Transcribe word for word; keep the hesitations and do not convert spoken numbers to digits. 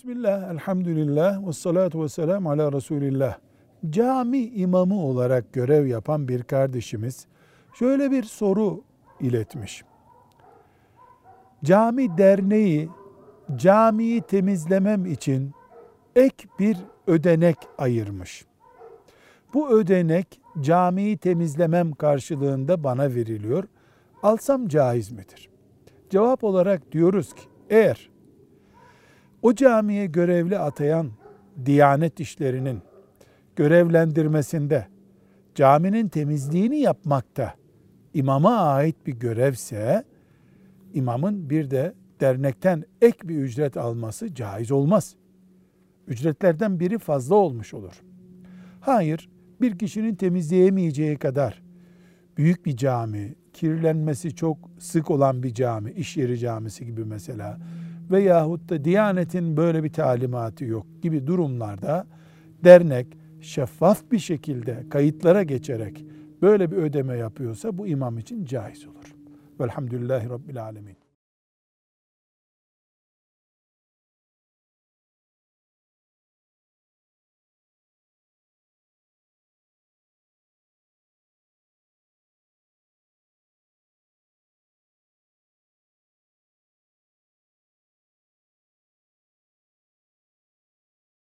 Bismillah, elhamdülillah, ve salatu ve selamu ala Resulillah. Cami imamı olarak görev yapan bir kardeşimiz şöyle bir soru iletmiş. Cami derneği camiyi temizlemem için ek bir ödenek ayırmış. Bu ödenek camiyi temizlemem karşılığında bana veriliyor. Alsam caiz midir? Cevap olarak diyoruz ki eğer o camiye görevli atayan Diyanet İşleri'nin görevlendirmesinde caminin temizliğini yapmakta imama ait bir görevse, imamın bir de dernekten ek bir ücret alması caiz olmaz. Ücretlerden biri fazla olmuş olur. Hayır, bir kişinin temizleyemeyeceği kadar büyük bir cami, kirlenmesi çok sık olan bir cami, iş yeri camisi gibi mesela veyahut da Diyanet'in böyle bir talimatı yok gibi durumlarda dernek şeffaf bir şekilde kayıtlara geçerek böyle bir ödeme yapıyorsa bu imam için caiz olur. Velhamdülillahi Rabbil Alemin.